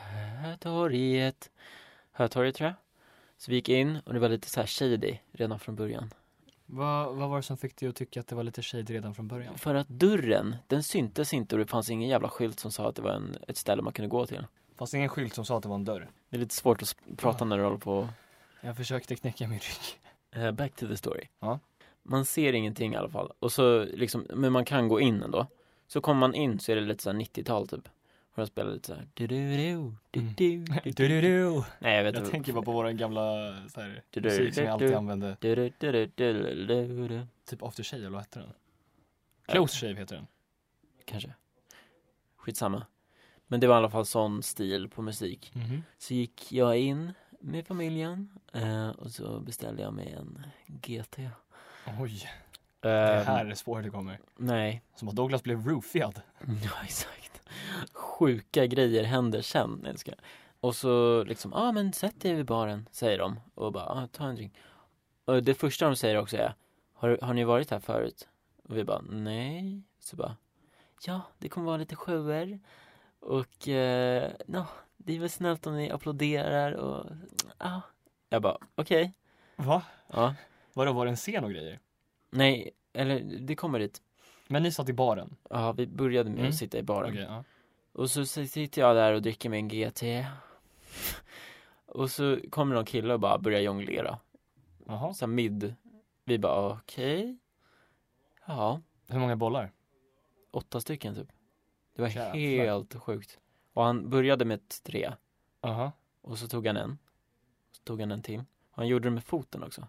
Hötorget. Hötorget tror jag. Så vi gick in och det var lite så här shady redan från början. Vad, vad var det som fick dig att tycka att det var lite shady redan från början? För att dörren, den syntes inte och det fanns ingen jävla skylt som sa att det var en, ett ställe man kunde gå till. Fanns ingen skylt som sa att det var en dörr? Det är lite svårt att sp- prata när du håller på. Jag försökte knäcka min rygg. Uh, back to the story. Ja. Man ser ingenting i alla fall. Och så liksom, men man kan gå in ändå. Så kommer man in så är det lite så här nittiotal typ. Och de spelar lite så här. Du du du du du du du du. Nej, jag vet jag inte. tänker bara på våra gamla så här musik som jag alltid använde. Du du du du du du. Typ After Shave, eller vad heter den? Close Shave heter den. Kanske. Skitsamma. Men det var i alla fall sån stil på musik. Mm-hmm. Så gick jag in med familjen. Eh, och så beställde jag mig en G T. Oj. Det här är svårt det kommer. Nej. Som att Douglas blev roofiad. Ja, exakt. Sjuka grejer händer sen, älskar. Och så liksom, ja ah, men sätt dig vid baren, säger de. Och bara, ah, ta en drink. Och det första de säger också är, har, har ni varit här förut? Och vi bara, nej. Så bara, ja, det kommer vara lite shower. Och, eh, no, det är väl snällt om ni applåderar och, ja. Ah. Jag bara, okej. Okay. Va? Ja. Vadå, var det en scen och grejer? Nej, eller det kommer dit. Men ni satt i baren? Ja, vi började med mm. att sitta i baren. Okay, ja. Och så sitter jag där och dricker med en G T. Och så kommer någon kille och bara börjar jonglera. Jaha. Så mid. Vi bara, okej. Okay. Ja. Hur många bollar? Åtta stycken typ. Det var Jävlar. helt sjukt. Och han började med tre. Jaha. Och så tog han en. Så tog han en till. Han gjorde det med foten också.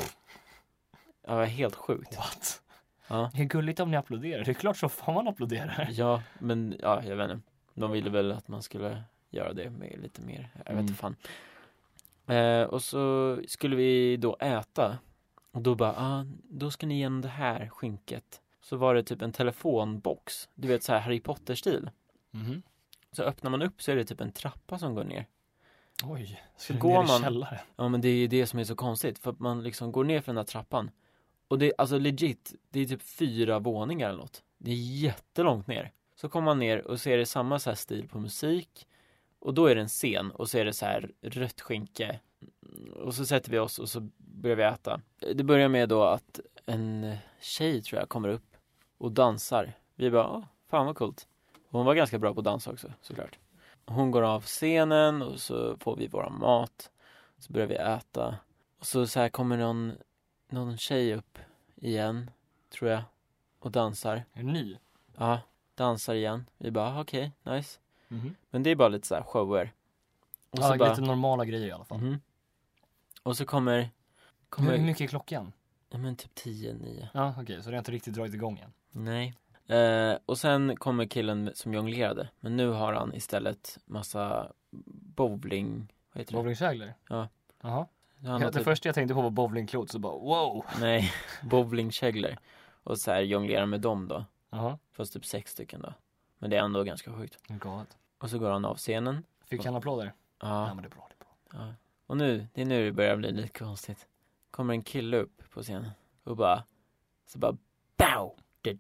Ja, det var helt sjukt. What? Ja. Det är gulligt om ni applåderar. Det är klart så fan man applåderar. Ja, men ja, jag vet inte. De ville väl att man skulle göra det med lite mer. Jag vet inte mm. fan. Eh, och så skulle vi då äta. Och då bara, ah, då ska ni igenom det här skinket. Så var det typ en telefonbox. Du vet så här Harry Potter-stil. Mhm. Så öppnar man upp så är det typ en trappa som går ner. Oj, så går man. Källaren. Ja, men det är det som är så konstigt. För att man liksom går ner för den här trappan. Och det är alltså legit, det är typ fyra våningar eller något. Det är jättelångt ner. Så kommer man ner och ser det samma så här stil på musik. Och då är det en scen och så är det så här rött skinke. Och så sätter vi oss och så börjar vi äta. Det börjar med då att en tjej tror jag kommer upp och dansar. Vi bara, åh, fan vad coolt. Hon var ganska bra på att dansa också, såklart. Hon går av scenen och så får vi våra mat. Så börjar vi äta. Och så, så här kommer någon, någon tjej upp igen, tror jag. Och dansar. Är det ny? Ja, dansar igen. Vi bara, okej, okay, nice. Mm-hmm. Men det är bara lite så här shower. Och ja, så bara, lite normala grejer i alla fall. Mm-hmm. Och så kommer... kommer Hur mycket är klockan? Ja, men typ tio, nio. Ja, okej. Okay, så det har inte riktigt dragit igång än. Nej. Eh, och sen kommer killen som jonglerade. Men nu har han istället massa bowling... Vad heter det? Bowlingkäglor? Ja. Jaha. Han Ja, har det typ, första jag tänkte på var bowlingklot, så bara wow. nej, bowlingkäglor. Och så här jonglerar med dem då. Jaha, Fast typ sex stycken då. Men det är ändå ganska sjukt. galet. Och så går han av scenen. Fick han applåder? Ja, Ja, men det är bra, det är bra. ja. Och nu, det är nu det börjar bli lite konstigt. Kommer en kille upp på scenen. Och bara, så bara, bow!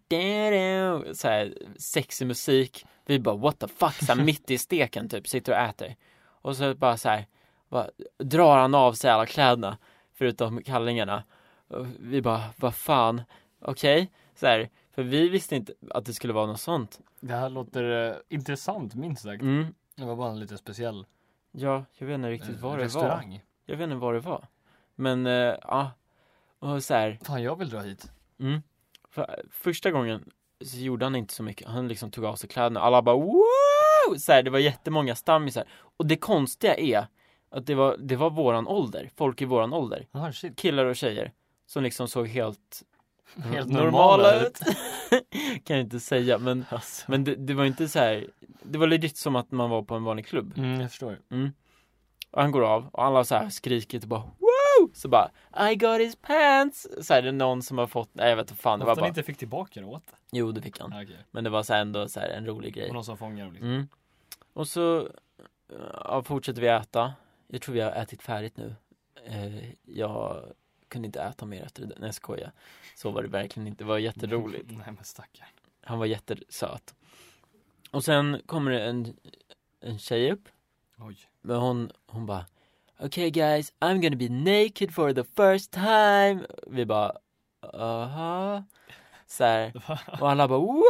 Så här sexig musik. Vi bara what the fuck, så här mitt i steken typ, sitter och äter. Och så bara så här bara, drar han av sig alla kläderna förutom kallingarna. Och vi bara vad fan. Okej, okay. Så här, för vi visste inte att det skulle vara något sånt. Det här låter eh, intressant minst sagt. Mm. Det var bara en lite speciell Ja, jag vet inte riktigt eh, vad det var. restaurang. Jag vet inte vad det var. Men eh, ja, och så här. Fan, jag vill dra hit. Mm. För, första gången så gjorde han inte så mycket. Han liksom tog av sig kläderna. Alla bara wow! Så här, det var jättemånga stammisar. Och det konstiga är att det var, det var våran ålder. Folk i våran ålder. Ah, shit. Killar och tjejer. Som liksom såg helt, Helt normala normala ut. Kan jag inte säga. Men, Alltså. men det, det var inte så här. Det var legit som att man var på en vanlig klubb. Mm, jag förstår. Mm. Och han går av. Och alla så här skriker och bara wow! Så bara I got his pants. Så här, det är någon som har fått. Nej, jag vet inte fan. Det var Ofta bara. inte fick tillbaka det åt. Jo, det fick han. Ah, okay. Men det var så här ändå så här en rolig grej. Och någon som fångar dem liksom. Mm. Och så ja, fortsätter vi äta. Jag tror vi har ätit färdigt nu. Eh, jag kunde inte äta mer efter det. Nej, jag skojar. Så var det verkligen inte. Det var jätteroligt. Nej, men stackar. Han var jättesöt. Och sen kommer det en, en tjej upp. Oj. Men hon, hon bara okay guys, I'm gonna be naked for the first time. Vi bara aha. Så här. Och alla bara wow!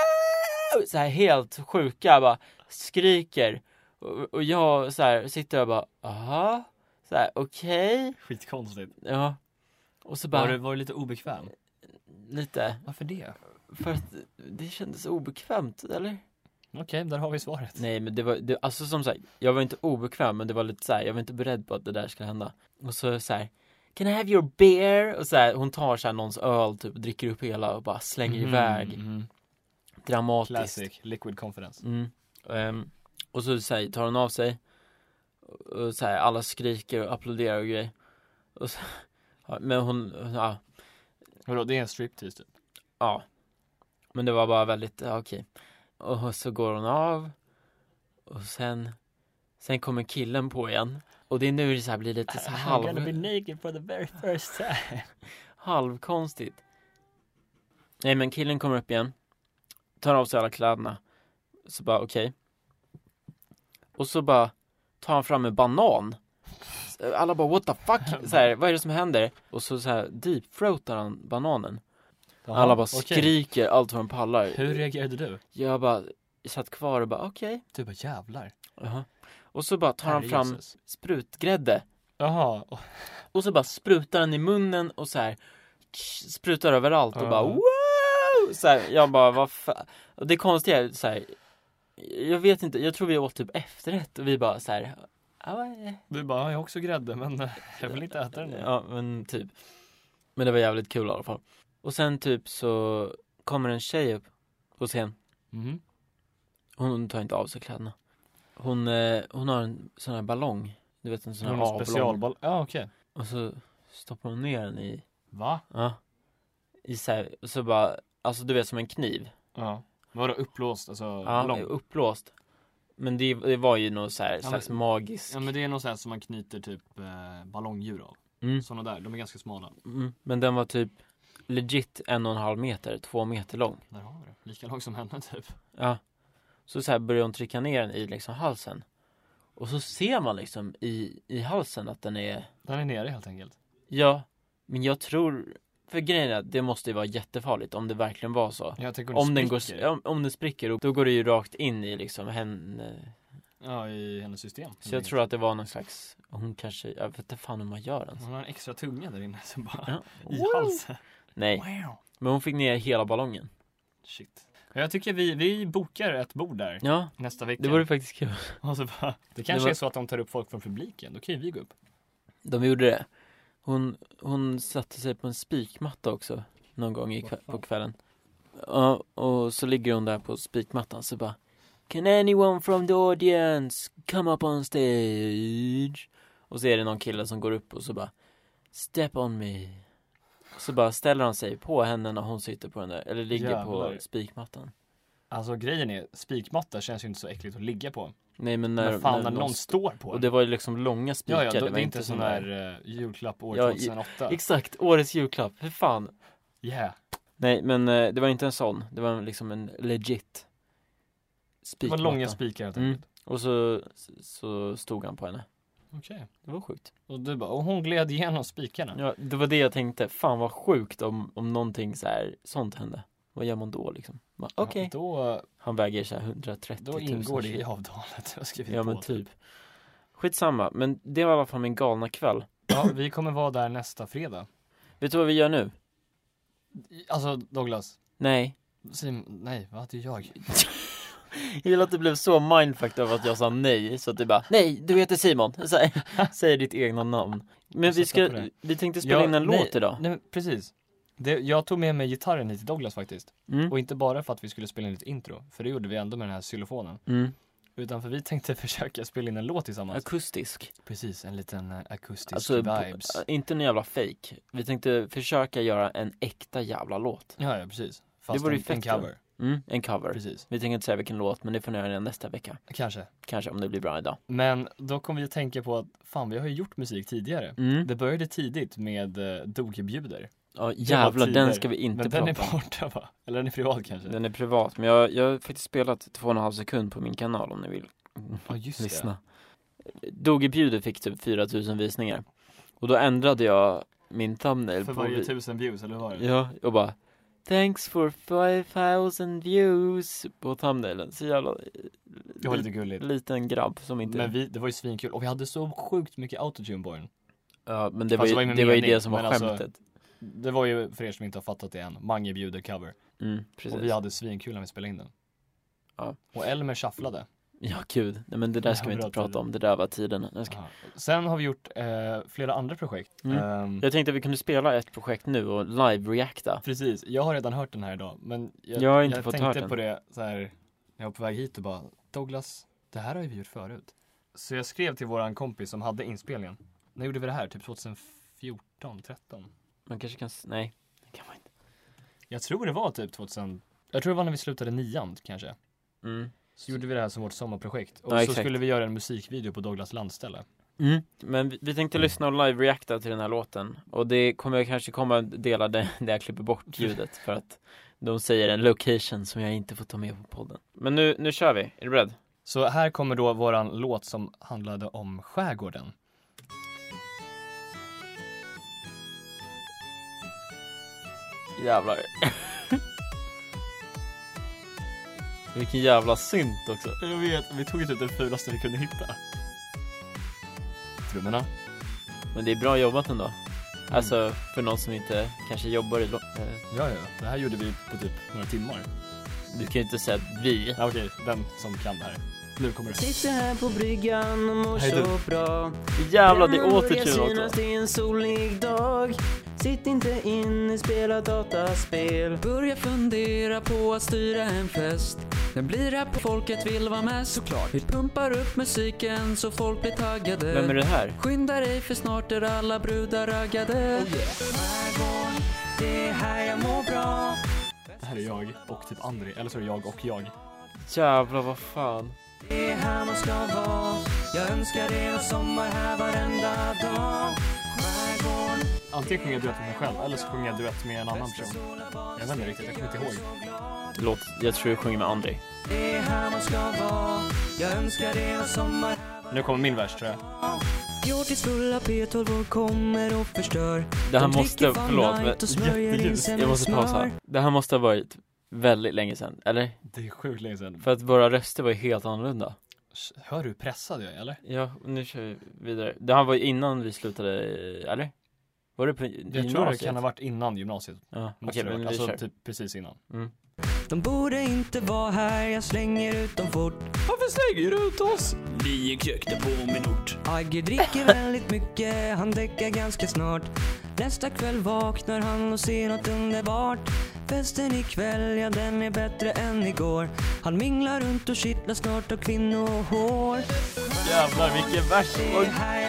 Så här helt sjuka, bara skriker. Och, och jag så här sitter och bara aha. Så här okej. Okay. Skitkonstigt. Ja. Och så bara Var du, var du lite obekväm? lite. Varför det? För att det kändes obekvämt, eller? Okej, okay, där har vi svaret. Nej, men det var det, alltså som sagt, jag var inte obekväm, men det var lite så här, jag var inte beredd på att det där skulle hända. Och så så här, can I have your beer? Och så här, hon tar så här någons öl typ, dricker upp hela och bara slänger Mm, iväg. mm. Dramatiskt. Classic, liquid confidence. Mm. Um, och så, så här, tar hon av sig. Och så här, alla skriker och applåderar och grejer. Och så, ja, men hon, ja. Vadå, det är en striptease typ? Ja. Men det var bara väldigt, ja, okej. Och så går hon av. Och sen Sen kommer killen på igen. Och det är nu det så här blir lite så halv I'm gonna be naked for the very first time. halvkonstigt. Nej, men killen kommer upp igen. Tar av sig alla kläderna. Så bara okej. Okay. Och så bara tar han fram en banan. Alla bara what the fuck? Så här, vad är det som händer? Och så så här deep throatar han bananen. Aha, alla bara okay. skriker allt vad de pallar. Hur reagerade du? Jag bara satt kvar och bara okej. Okay. Du bara jävlar. Uh-huh. Och så bara tar han fram Jesus. sprutgrädde. Jaha. Och så bara sprutar han i munnen och så här sprutar överallt och uh. bara wow! Så här, jag bara vad fan. Och det konstiga är så här, jag vet inte, jag tror vi åt typ efterrätt och vi bara så här. Du bara, jag har också grädde men jag vill inte äta den. Ja, men typ. Men det var jävligt kul i alla fall. Och sen typ så kommer en tjej upp på scen. Mm. Hon tar inte av sig kläderna. Hon, eh, hon har en sån här ballong. Du vet en sån här Hon har avlång. specialboll. Ja, okej. Okay. Och så stoppar hon ner den i. Va? Ja. I så här, och så bara, alltså du vet som en kniv. Ja. Var det upplåst? Alltså ja, lång. upplåst. Men det, det var ju något så här, ja, slags men, magisk. Ja, men det är något så här som man knyter typ eh, ballongdjur av. Mm. Såna där, de är ganska smala. Mm. Men den var typ legit en och en halv meter, två meter lång. Där har vi det. Lika lång som henne typ. Ja. Så så här börjar hon trycka ner den i liksom halsen. Och så ser man liksom i, i halsen att den är... Den är nere helt enkelt. Ja, men jag tror... För grejen är att det måste ju vara jättefarligt om det verkligen var så. Jag tänker om, om den går, om, om den spricker, då går det ju rakt in i liksom henne... Ja, i hennes system. Så jag tror att det var någon slags... Hon kanske... Jag vet inte fan hur man gör den. Hon har en extra tunga där inne som bara... Ja. I halsen. Nej, Wow. men hon fick ner hela ballongen. Shit. Jag tycker vi, vi bokar ett bord där Ja, nästa vecka. det vore faktiskt kul. Och så bara, det kanske det var... är så att de tar upp folk från publiken. Då kan ju vi gå upp. De gjorde det. Hon, hon satte sig på en spikmatta också. Någon gång i kväll, på kvällen. Ja, och så ligger hon där på spikmattan. Så bara, can anyone from the audience come up on stage? Och så är det någon kille som går upp och så bara step on me. Och så bara ställer han sig på henne när hon sitter på den där, eller ligger Jävlar. på spikmattan. Alltså grejen är, spikmatta känns ju inte så äckligt att ligga på. Nej, men när, Men fan när när någon står på Och den. det var ju liksom långa spikar. Ja, ja, då, det det var är inte sån där uh, julklapp år Ja, tjugohundraåtta. Exakt, årets julklapp. Hur fan? Yeah. Nej, men eh, det var inte en sån. Det var liksom en legit Det spikmatta. var långa spikar helt Mm. enkelt. Och så, så stod han på henne. Okej. Det var sjukt. Och du bara, och hon gled igenom spikarna. Ja, det var det jag tänkte. Fan vad sjukt om, om någonting så här, sånt hände. Vad gör man då liksom? Bara, Okej. Ja, då, Han väger så här hundratrettio då tusen. ingår det i avtalet. Jag skrivit Ja, på. men typ. Skitsamma, men det var i alla fall min galna kväll. Ja, vi kommer vara där nästa fredag. Vet du vad vi gör nu? Alltså Douglas. Nej. Sim, nej, vad hade jag? Jag vill att det blev så mindfucked av att jag sa nej. Så att du bara, nej, du heter Simon. Så här, säg ditt egna namn. Men vi, ska, vi tänkte spela Ja, in en nej, låt idag. Nej, men precis. Det, jag tog med mig gitarren hit till Douglas faktiskt. Mm. Och inte bara för att vi skulle spela in ett intro. För det gjorde vi ändå med den här xylofonen. Mm. Utan för vi tänkte försöka spela in en låt tillsammans. Akustisk. Precis, en liten uh, akustisk Alltså, vibes. b- inte en jävla fake. Vi tänkte försöka göra en äkta jävla låt. Ja, ja, precis. Fast Det vore en, ju fett en kul. cover. Mm, en cover. Precis. Vi tänker inte säga vilken låt, men det får ni göra nästa vecka. Kanske. Kanske, om det blir bra idag. Men då kommer vi att tänka på att fan, vi har ju gjort musik tidigare. Mm. Det började tidigt med uh, Dogebjuder. Ja, jävlar, tider. den ska vi inte Men prata den är om. borta va? Eller den är privat kanske? Den är privat, men jag, jag har faktiskt spelat två och en halv sekund på min kanal om ni vill Ja, just lyssna. Dogebjuder fick typ fyra tusen visningar. Och då ändrade jag min thumbnail För på varje vi- tusen views, eller vad var det? Ja, och bara thanks for five thousand views på thumbnailen. Så jävla Det var lite gulligt. liten grabb som inte... Men vi, det var ju svinkul. Och vi hade så sjukt mycket autotune på den. Ja, men det var Fast ju det var det, ju med var ju mening, det som var men alltså- skämtet. Det var ju, för er som inte har fattat det än, Mange bjuder cover. Mm, precis. Och vi hade svinkul när vi spelade in den. Ja. Och Elmer shufflade. Ja, gud. Nej, men det där Det ska var vi inte bra prata tider. om. Det där var tiden. Jag, ska... Aha. Sen har vi gjort eh, flera andra projekt. Mm. Ehm, jag tänkte att vi kunde spela ett projekt nu och live-reacta. Precis, jag har redan hört den här idag. Men jag, Jag har inte jag fått tänkte hört den. på det så här, när jag var på väg hit och bara, Douglas, det här har ju vi gjort förut. Så jag skrev till våran kompis som hade inspelningen. När gjorde vi det här? Typ tjugohundrafjorton, tretton? Man kanske kan... s- Nej, det kan man inte. Jag tror det var typ tvåtusen. Jag tror det var när vi slutade nian kanske. Mm. Så gjorde vi det här som vårt sommarprojekt. Och Ja, så exakt. skulle vi göra en musikvideo på Douglas landställe. Mm. Men vi, vi tänkte lyssna och live-reacta till den här låten. Och det kommer jag kanske komma dela det, där jag klipper bort ljudet. För att de säger en location som jag inte får ta med på podden. Men nu, nu kör vi. Är du beredd? Så här kommer då våran låt som handlade om skärgården. Jävlar. Vilken jävla synt också. Jag vet, vi tog ju typ det fulaste vi kunde hitta. Trummorna. Men det är bra jobbat ändå. Alltså för någon som inte kanske jobbar i lo- eh, Ja, ja. Det här gjorde vi på typ några timmar. Du kan ju inte säga att vi. Ja, okej, den som kan det här. Nu kommer det. Sitter här på bryggan och mår Hej, du. så bra. Jävlar, det är Drömmen börjar återtune synas också. i en solig dag. Sitt inte inne, spela dataspel. Börja fundera på att styra en fest. Det blir här på folket vill vara med såklart. Vi pumpar upp musiken så folk blir taggade. Vem är det här? Skynda dig för snart är alla brudar raggade. Skärgården, det är här jag mår bra. Det här är jag och typ André. Eller så är det jag och jag. Jävlar, vad fan. Det är här man ska vara. Jag önskar det var sommar här varenda dag. Skärgården. Antingen sjunger jag duett med mig själv eller så sjunger jag duett med en annan person. Jag vet inte riktigt, jag kommer inte ihåg. Det låter, jag tror jag sjunger med André. Det är här man ska vara. Jag önskar det var sommar. Nu kommer min vers tror jag. Fjortis fulla P tolv kommer och förstör. Det här De måste, dricker Fun förlåt, men Light och smörjer in jätteljus. sig jag med måste pausa. smör. Det här måste ha varit väldigt länge sedan, eller? Det är sjukt länge sedan. För att våra röster var ju helt annorlunda. Hör du hur pressad jag är, eller? Ja, nu kör vi vidare. Det här var ju innan vi slutade, eller? Var det på Jag gymnasiet? tror det kan ha varit innan gymnasiet. Ja, Måste okej, det ha men varit. vi Alltså kör. typ precis innan. Mm. De borde inte vara här, jag slänger ut dem fort. Varför slänger du ut oss? Vi är krökta på min ort. Agge dricker väldigt mycket, han däckar ganska snart. Nästa kväll vaknar han och ser något underbart. Festen ikväll, ja den är bättre än igår. Han minglar runt och kittlar snart av kvinnohår. Jävlar, vilken vers. Det är här jag mår bra.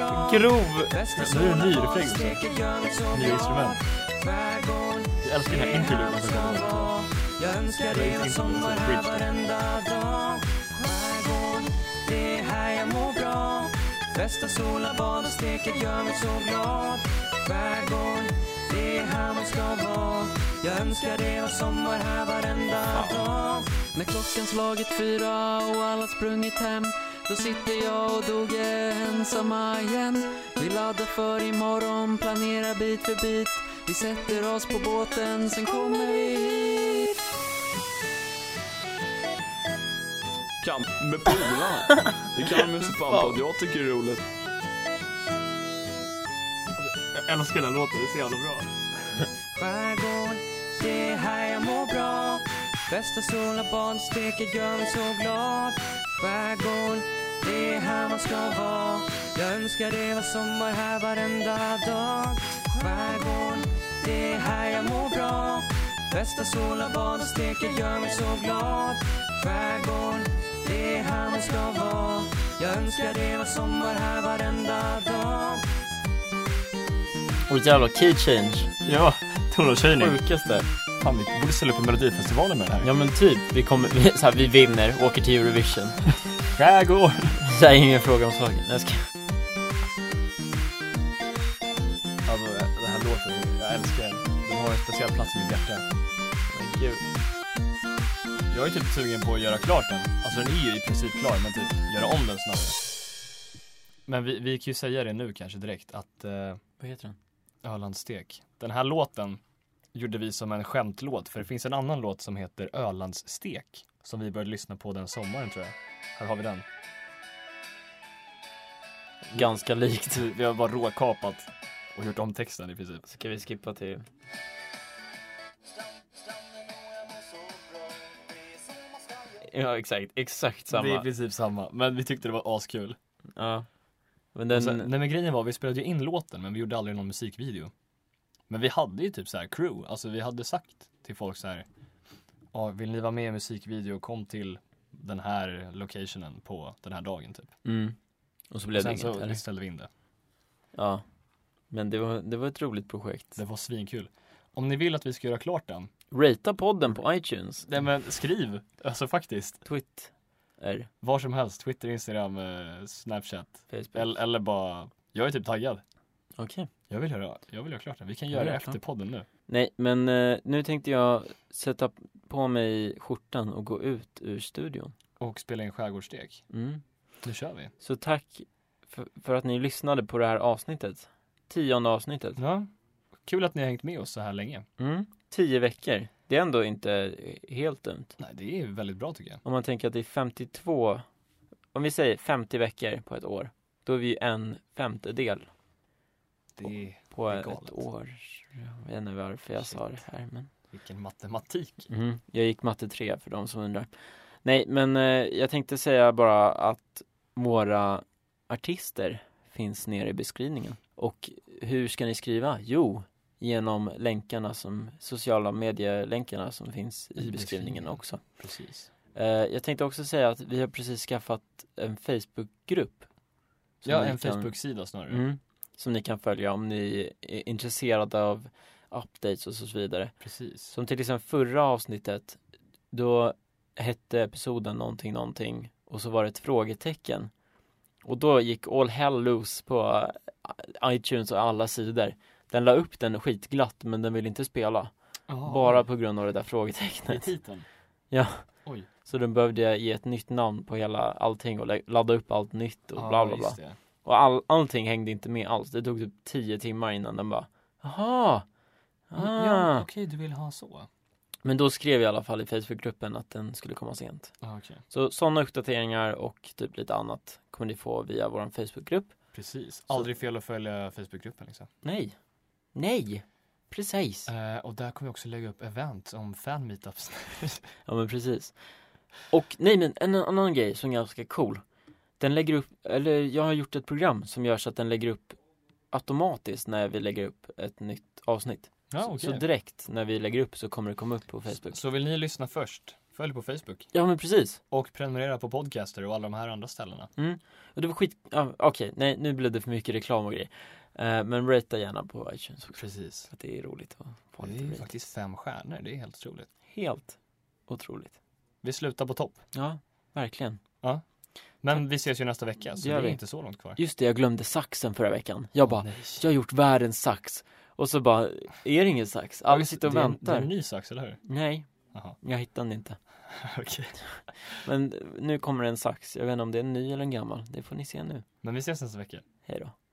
bra. Grov. Nu är det en ny refräng också. Nya instrument. Jag älskar den här interluden som kommer. Jag önskar det var sommar här varenda dag. Skärgård, det är här jag mår bra. Bästa sola, bad och steker gör mig så glad. Skärgård, det är här man ska vara. Jag önskar det var sommar här varenda dag. När klockan slagit fyra och alla sprungit hem, då sitter jag och Dogge ensamma igen. Vi laddar för imorgon, planerar bit för bit. Vi sätter oss på båten, sen kommer vi hit. Kan med polarna. Det kan man ju så fan på att jag tycker det är roligt. Jag älskar den låten, det är så jävla bra. Skärgård, det är här jag mår bra. Bästa sola, bad, steker gör mig så glad. Skärgård, det är här man ska vara. Jag önskar det var sommar här varenda dag. Skärgård, det är här jag mår bra. Bästa sola, bad och steker gör mig så glad. Skärgård, det är här man ska vara. Jag önskar det var sommar här varenda dag. Och jävla key change. Ja, tonhöjning. Sjukaste. Fan, vi borde ställa upp i Melodifestivalen med det här. Ja men typ, vi kommer, vi, så här, vi vinner, åker till Eurovision. Skärgård. Det är ingen fråga om saken. Jag ska... Alltså, den här låten, jag älskar den. Den har en speciell plats i mitt hjärta. Men gud. Jag är typ sugen på att göra klart den. Alltså den är ju i princip klar, men typ göra om den snabbare. Men vi, vi kan ju säga det nu kanske direkt att eh, Vad heter den? Ölandsstek. Den här låten gjorde vi som en skämtlåt, för det finns en annan låt som heter Ölandsstek som vi började lyssna på den sommaren, tror jag. Här har vi den. Ganska likt. Vi har bara råkapat och gjort om texten i princip. Ska vi skippa till... Ja, exakt. Exakt samma. Det är i princip samma, men vi tyckte det var askul. Ja. Men den... Sen, nej men grejen var, vi spelade ju in låten, men vi gjorde aldrig någon musikvideo. Men vi hade ju typ så här crew. Alltså vi hade sagt till folk så här: ja, vill ni vara med i musikvideo, kom till den här locationen på den här dagen typ. Mm. Och så blev det Sen inget, så eller? ställde vi in det. Ja. Men det var, det var ett roligt projekt. Det var svinkul. Om ni vill att vi ska göra klart den, Rata podden på iTunes. nej men skriv, alltså faktiskt. Twitter. Var som helst, Twitter, Instagram, eh, Snapchat. Facebook. Eller, eller bara, jag är typ taggad. Okej. Jag vill göra, jag vill göra klart den. Vi kan Ja, göra det ja, efter klart. podden nu. Nej, men eh, nu tänkte jag sätta på mig skjortan och gå ut ur studion. Och spela in Skärgårdsstek. Mm. Nu kör vi. Så tack för, för att ni lyssnade på det här avsnittet. Tionde avsnittet. Ja, kul att ni har hängt med oss så här länge. Mm. Tio veckor. Det är ändå inte helt dumt. Nej, det är väldigt bra tycker jag. Om man tänker att det är femtiotvå, om vi säger femtio veckor på ett år, då är vi ju en femtedel Det är, på det är ett galet. år. Jag vet inte varför jag sa det här, men... Vilken matematik. Mm. Jag gick matte tre för de som undrar. Nej, men eh, jag tänkte säga bara att våra artister finns nere i beskrivningen. Och hur ska ni skriva? Jo, genom länkarna som, sociala medielänkarna som finns i, I beskrivningen, beskrivningen. också. Precis. Eh, jag tänkte också säga att vi har precis skaffat en Facebookgrupp. som Ja, ni en kan- Facebook-sida snarare. Mm, som ni kan följa om ni är intresserade av updates och så vidare. Precis. Som till exempel förra avsnittet, då hette episoden någonting, någonting och så var det ett frågetecken. Och då gick all hell loose på iTunes och alla sidor. Den la upp den skitglatt, men den ville inte spela. Ah, Bara på grund av det där i frågetecknet. titeln. Ja. Oj. Så den behövde ge ett nytt namn på hela allting och lä- ladda upp allt nytt och bla bla bla. Just det. Och all, allting hängde inte med alls. Det tog typ tio timmar innan den bara, jaha. Ah. Ja, okej, du vill ha så. Men då skrev jag i alla fall i Facebookgruppen att den skulle komma sent. Ah, okej. Så sådana uppdateringar och typ lite annat kommer ni få via vår Facebookgrupp. Precis. Aldrig fel att följa Facebookgruppen liksom. Nej. Nej. Precis. Eh, och där kommer vi också lägga upp event om fan meetups. Ja men precis. Och nej men en annan grej som är ganska cool. Den lägger upp, eller jag har gjort ett program som gör så att den lägger upp automatiskt när vi lägger upp ett nytt avsnitt. Ja, så, okej. så direkt när vi lägger upp så kommer det komma upp på Facebook. Så vill ni lyssna först Följ på Facebook. Ja men precis. Och prenumerera på Podcaster och alla de här andra ställena. Mm. Och det var skit, ja, okej, nej nu blev det för mycket reklam och grejer. Uh, men ratea gärna på iTunes också. Precis. Att det är roligt att få Det lite är rate. faktiskt fem stjärnor, det är helt otroligt. Helt otroligt. Vi slutar på topp. Ja, verkligen. Men vi ses ju nästa vecka, så Det det gör är vi. inte så långt kvar. Just det, jag glömde saxen förra veckan. Jag bara, Åh, nej. jag har gjort världens sax. Och så bara, är det ingen sax? Alla sitter och det är en, väntar. Det är en ny sax, eller hur? Nej, Jaha, jag hittade den inte. okej. Men nu kommer en sax. Jag vet inte om det är en ny eller en gammal. Det får ni se nu. Men vi ses nästa vecka. Hej då.